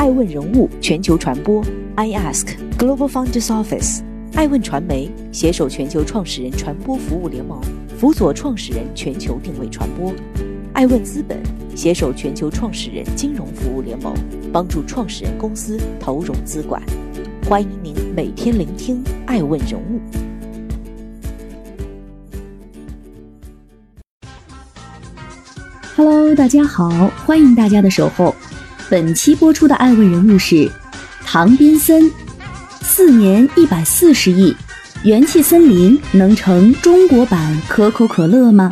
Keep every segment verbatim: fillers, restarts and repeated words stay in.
爱问人物全球传播 I Ask Global Founders Office， 爱问传媒携手全球创始人传播服务联盟，辅佐创始人全球定位传播。爱问资本携手全球创始人金融服务联盟，帮助创始人公司投融资管。欢迎您每天聆听爱问人物。 Hello， 大家好，欢迎大家的守候。本期播出的爱问人物是唐宾森，四年一百四十亿，元气森林能成中国版可口可乐吗？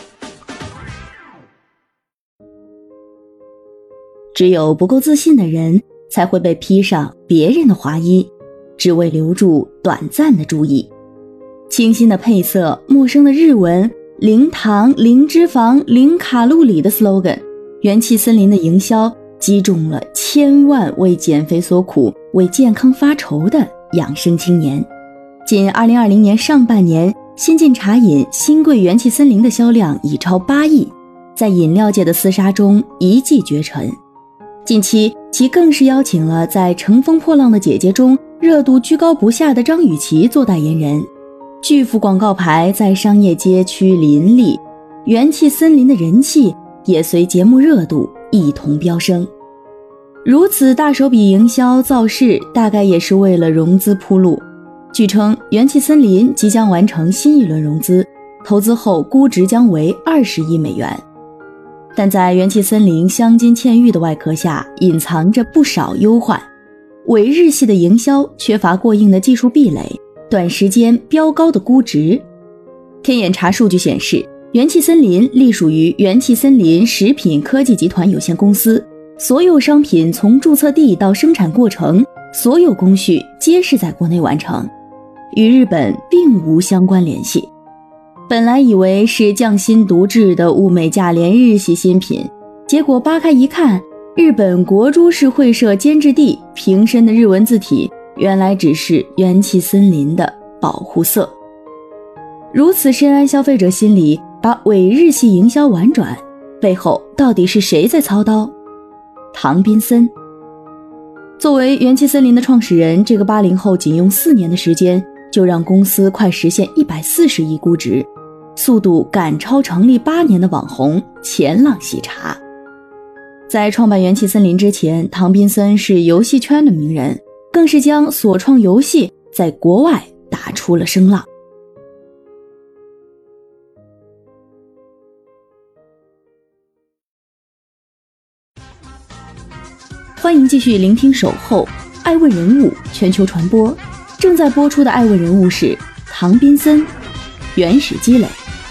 只有不够自信的人才会被披上别人的华衣，只为留住短暂的注意。清新的配色，陌生的日文，零糖、零脂肪、零卡路里的 slogan， 元气森林的营销击中了千万为减肥所苦、为健康发愁的养生青年。仅二零二零年上半年，新晋茶饮新贵元气森林的销量已超八亿，在饮料界的厮杀中一骑绝尘。近期其更是邀请了在《乘风破浪的姐姐》中热度居高不下的张雨绮做代言人，巨幅广告牌在商业街区林立，元气森林的人气也随节目热度一同飙升。如此大手笔营销造势，大概也是为了融资铺路。据称，元气森林即将完成新一轮融资，投资后估值将为二十亿美元。但在元气森林镶金嵌玉的外壳下，隐藏着不少忧患。伪日系的营销缺乏过硬的技术壁垒，短时间飙高的估值。天眼查数据显示，元气森林隶属于元气森林食品科技集团有限公司，所有商品从注册地到生产过程，所有工序皆是在国内完成，与日本并无相关联系。本来以为是匠心独制的物美价廉日系新品，结果扒开一看，日本国株式会社监制地瓶身的日文字体原来只是元气森林的保护色。如此深谙消费者心理，把伪日系营销婉转，背后到底是谁在操刀？唐宾森。作为元气森林的创始人，这个八零后仅用四年的时间就让公司快实现一百四十亿估值，速度赶超成立八年的网红前浪喜茶。在创办元气森林之前，唐宾森是游戏圈的名人，更是将所创游戏在国外打出了声浪。欢迎继续聆听守候爱问人物全球传播，正在播出的爱问人物是唐宾森，原始积累。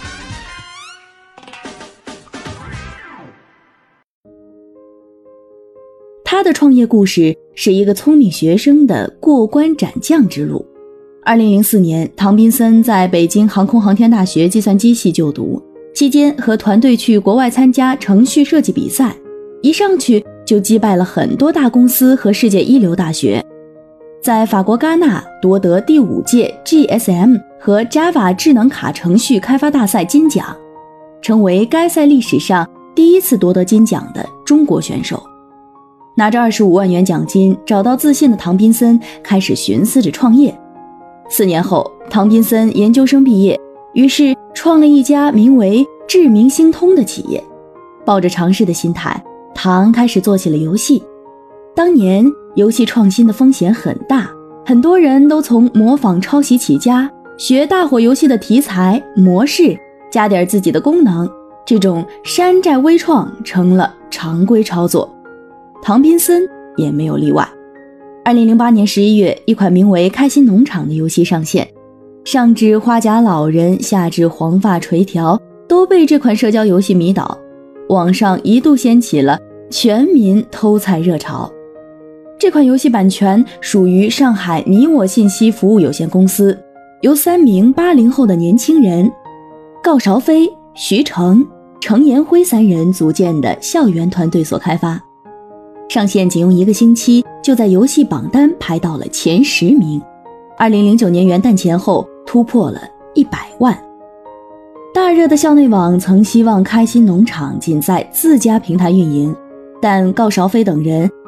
他的创业故事是一个聪明学生的过关斩将之路。二零零四年，唐宾森在北京航空航天大学计算机系就读，期间和团队去国外参加程序设计比赛，一上去就击败了很多大公司和世界一流大学，在法国戛纳夺得第五届 G S M 和 Java 智能卡程序开发大赛金奖，成为该赛历史上第一次夺得金奖的中国选手。拿着二十五万元奖金，找到自信的唐宾森开始寻思着创业。四年后，唐宾森研究生毕业，于是创了一家名为智明星通的企业。抱着尝试的心态，唐开始做起了游戏。当年游戏创新的风险很大，很多人都从模仿抄袭起家，学大火游戏的题材模式，加点自己的功能，这种山寨微创成了常规操作。唐宾森也没有例外。二零零八年十一月，一款名为开心农场的游戏上线，上至花甲老人，下至黄发垂髫，都被这款社交游戏迷倒，网上一度掀起了全民偷菜热潮。这款游戏版权属于上海你我信息服务有限公司，由三名八零后的年轻人郜韶飞、徐成、程延辉三人组建的校园团队所开发。上线仅用一个星期，就在游戏榜单排到了前十名。二零零九年元旦前后突破了一百万。大热的校内网曾希望开心农场仅在自家平台运营，但郜韶飞等人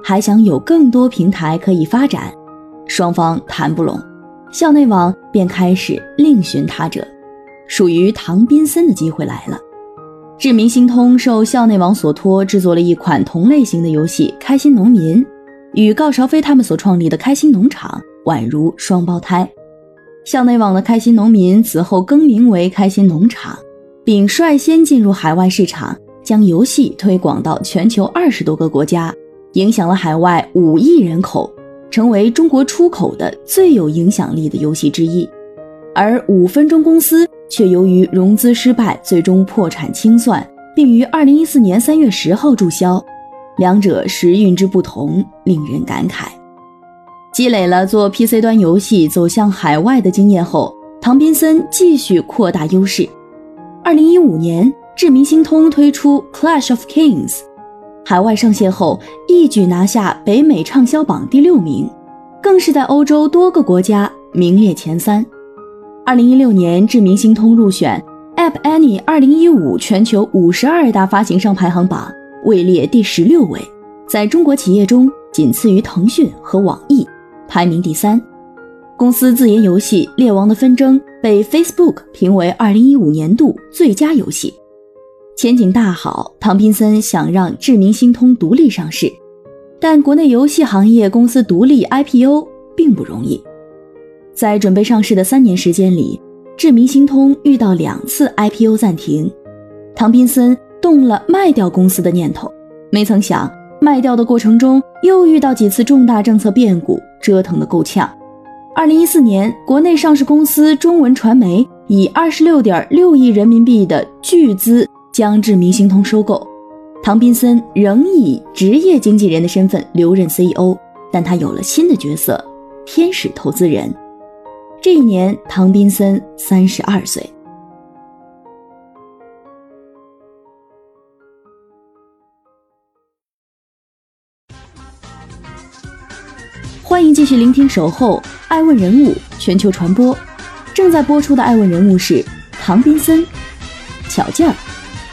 还想有更多平台可以发展，双方谈不拢，校内网便开始另寻他者。属于唐宾森的机会来了。智明星通受校内网所托，制作了一款同类型的游戏《开心农民》，与高韶飞他们所创立的开心农场宛如双胞胎。校内网的开心农民此后更名为开心农场，并率先进入海外市场，将游戏推广到全球二十多个国家，影响了海外五亿人口，成为中国出口的最有影响力的游戏之一。而五分钟公司却由于融资失败，最终破产清算，并于二零一四年三月十号注销。两者时运之不同，令人感慨。积累了做 P C 端游戏走向海外的经验后，唐宾森继续扩大优势。二零一五年，智明星通推出 Clash of Kings， 海外上线后一举拿下北美畅销榜第六名，更是在欧洲多个国家名列前三。二零一六年，智明星通入选 App Annie 二零一五全球五十二大发行商排行榜，位列第十六位，在中国企业中仅次于腾讯和网易，排名第三。公司自研游戏《猎王的纷争》被 Facebook 评为二零一五年度最佳游戏。前景大好，唐宾森想让智明星通独立上市，但国内游戏行业公司独立 I P O 并不容易。在准备上市的三年时间里，智明星通遇到两次 I P O 暂停，唐宾森动了卖掉公司的念头，没曾想卖掉的过程中又遇到几次重大政策变故，折腾得够呛。二零一四年，国内上市公司中文传媒以 二十六点六亿人民币的巨资将智明星通收购，唐宾森仍以职业经纪人的身份留任 C E O， 但他有了新的角色，天使投资人。这一年，唐宾森三十二岁。欢迎继续聆听守候爱问人物全球传播，正在播出的爱问人物是唐宾森，巧劲儿。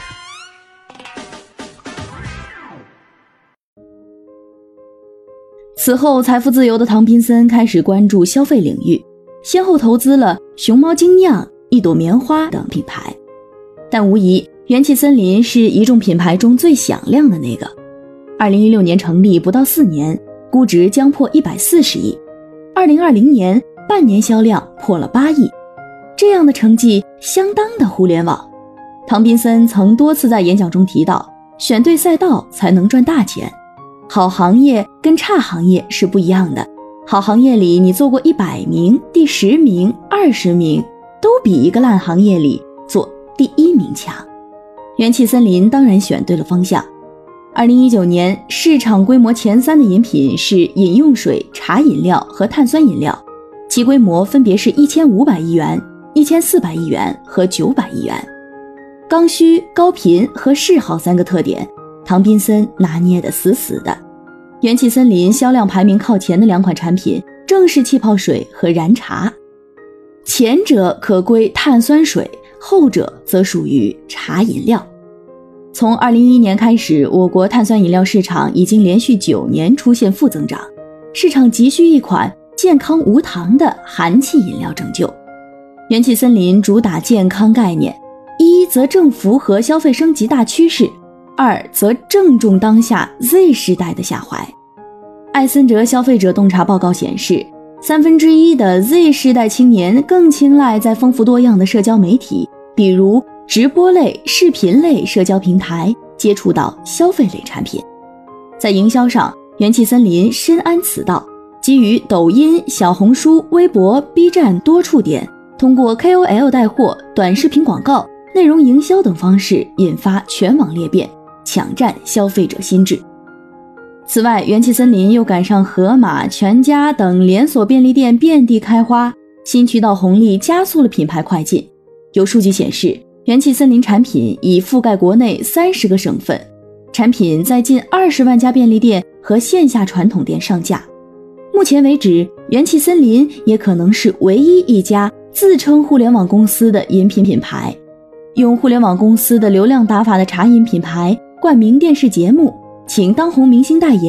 此后，财富自由的唐宾森开始关注消费领域，先后投资了熊猫精酿、一朵棉花等品牌，但无疑元气森林是一众品牌中最响亮的那个。二零一六年成立不到四年，估值将破一百四十亿，二零二零年半年销量破了八亿，这样的成绩相当的互联网。唐宾森曾多次在演讲中提到，选对赛道才能赚大钱，好行业跟差行业是不一样的，好行业里你做过一百名、第十名、二十名，都比一个烂行业里做第一名强。元气森林当然选对了方向。二零一九年，市场规模前三的饮品是饮用水、茶饮料和碳酸饮料，其规模分别是一千五百亿元、一千四百亿元和九百亿元。刚需、高频和嗜好三个特点，唐宾森拿捏得死死的。元气森林销量排名靠前的两款产品正是气泡水和燃茶，前者可归碳酸水，后者则属于茶饮料。从二零一一年开始，我国碳酸饮料市场已经连续九年出现负增长，市场急需一款健康无糖的含气饮料拯救。元气森林主打健康概念，一则正符合消费升级大趋势，二则正中当下 Z 时代的下怀。艾森哲消费者洞察报告显示，三分之一的 Z 世代青年更青睐在丰富多样的社交媒体，比如直播类、视频类社交平台接触到消费类产品。在营销上，元气森林深谙此道，基于抖音、小红书、微博、B 站多触点，通过 K O L 带货、短视频广告、内容营销等方式引发全网裂变，抢占消费者心智。此外，元气森林又赶上盒马、全家等连锁便利店遍地开花，新渠道红利加速了品牌快进。有数据显示，元气森林产品已覆盖国内三十个省份，产品在近二十万家便利店和线下传统店上架。目前为止，元气森林也可能是唯一一家自称互联网公司的饮品品牌。用互联网公司的流量打法的茶饮品牌冠名电视节目，请当红明星代言，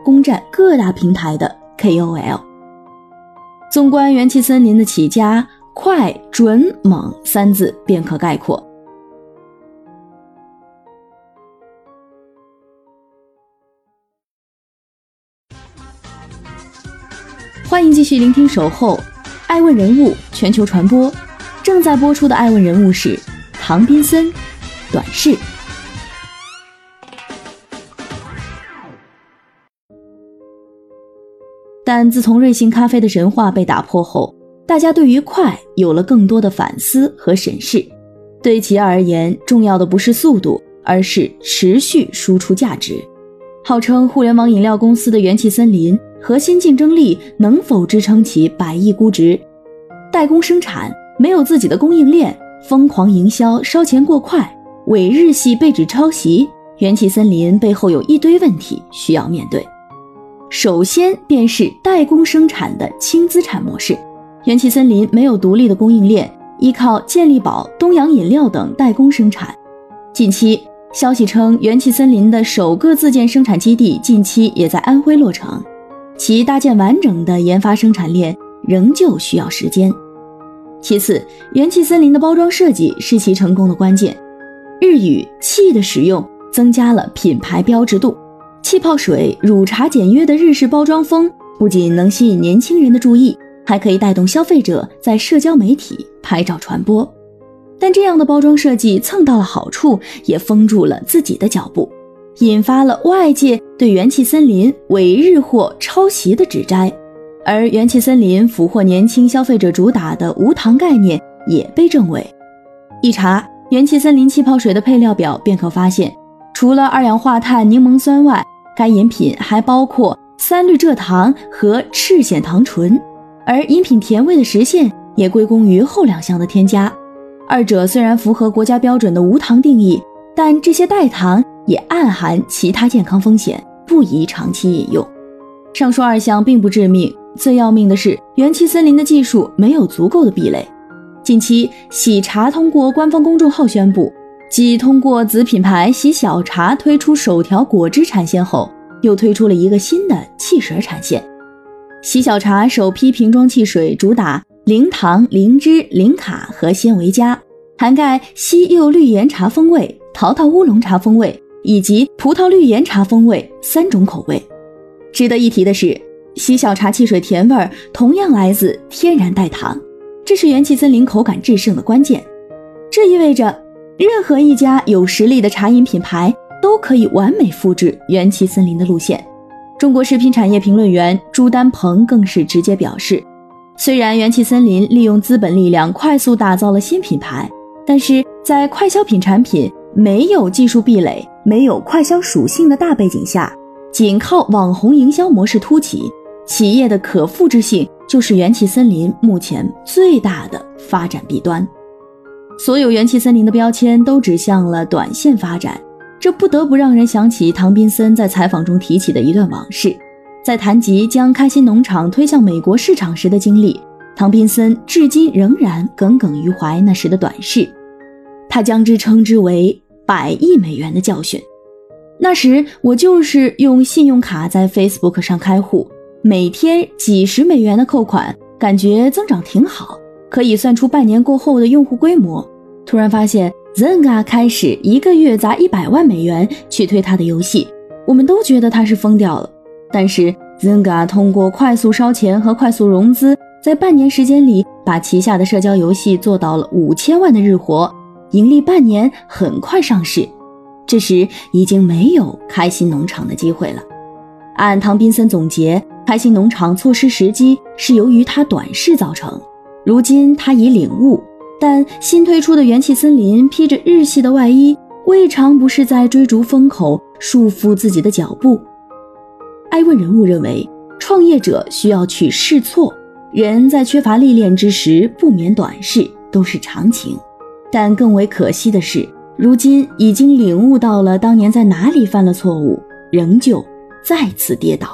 攻占各大平台的 K O L。 纵观元气森林的起家，快、准、猛三字便可概括。欢迎继续聆听守候爱问人物全球传播，正在播出的爱问人物是唐宾森，短视。但自从瑞幸咖啡的神话被打破后，大家对于快有了更多的反思和审视。对企业而言，重要的不是速度，而是持续输出价值。号称互联网饮料公司的元气森林，核心竞争力能否支撑其百亿估值？代工生产，没有自己的供应链，疯狂营销，烧钱过快，伪日系被指抄袭，元气森林背后有一堆问题需要面对。首先便是代工生产的轻资产模式，元气森林没有独立的供应链，依靠健力宝、东洋饮料等代工生产。近期消息称，元气森林的首个自建生产基地近期也在安徽落成，其搭建完整的研发生产链仍旧需要时间。其次，元气森林的包装设计是其成功的关键。日语气的使用增加了品牌标志度，气泡水、乳茶简约的日式包装风不仅能吸引年轻人的注意，还可以带动消费者在社交媒体拍照传播。但这样的包装设计蹭到了好处，也封住了自己的脚步，引发了外界对元气森林伪日货抄袭的指摘。而元气森林俘获年轻消费者主打的无糖概念也被证伪。一查元气森林气泡水的配料表便可发现，除了二氧化碳柠檬酸外，该饮品还包括三氯蔗糖和赤藓糖醇，而饮品甜味的实现也归功于后两项的添加。二者虽然符合国家标准的无糖定义，但这些代糖也暗含其他健康风险，不宜长期饮用。上述二项并不致命，最要命的是元气森林的技术没有足够的壁垒。近期喜茶通过官方公众号宣布，继通过子品牌喜小茶推出首条果汁产线后，又推出了一个新的汽水产线。喜小茶首批瓶装汽水主打零糖、零脂、零卡和纤维佳，涵盖西柚绿岩茶风味、桃桃乌龙茶风味以及葡萄绿岩茶风味三种口味。值得一提的是，喜小茶汽水甜味同样来自天然代糖，这是元气森林口感制胜的关键。这意味着任何一家有实力的茶饮品牌都可以完美复制元气森林的路线。中国食品产业评论员朱丹鹏更是直接表示，虽然元气森林利用资本力量快速打造了新品牌，但是在快消品产品没有技术壁垒、没有快消属性的大背景下，仅靠网红营销模式突起，企业的可复制性就是元气森林目前最大的发展弊端。所有元气森林的标签都指向了短线发展，这不得不让人想起唐宾森在采访中提起的一段往事。在谈及将开心农场推向美国市场时的经历，唐宾森至今仍然耿耿于怀那时的短视，他将之称之为百亿美元的教训。那时我就是用信用卡在 Facebook 上开户，每天几十美元的扣款，感觉增长挺好，可以算出半年过后的用户规模。突然发现 Zynga 开始一个月砸一百万美元去推他的游戏，我们都觉得他是疯掉了。但是 Zynga 通过快速烧钱和快速融资，在半年时间里把旗下的社交游戏做到了五千万的日活，盈利半年很快上市。这时已经没有开心农场的机会了。按唐宾森总结，开心农场错失时机是由于他短视造成，如今他已领悟，但新推出的元气森林披着日系的外衣，未尝不是在追逐风口，束缚自己的脚步。爱问人物认为，创业者需要去试错，人在缺乏历练之时不免短视都是常情。但更为可惜的是，如今已经领悟到了当年在哪里犯了错误，仍旧再次跌倒。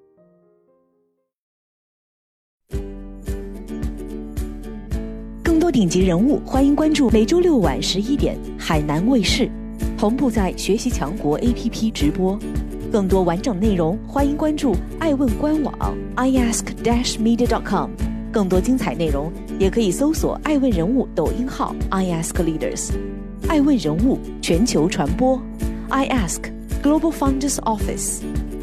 更多顶级人物，欢迎关注每周六晚十一点海南卫视，同步在学习强国 A P P 直播。更多完整内容，欢迎关注爱问官网 i ask dash media dot com。更多精彩内容，也可以搜索爱问人物抖音号 i ask leaders。爱问人物全球传播 ，I ask Global Founders Office。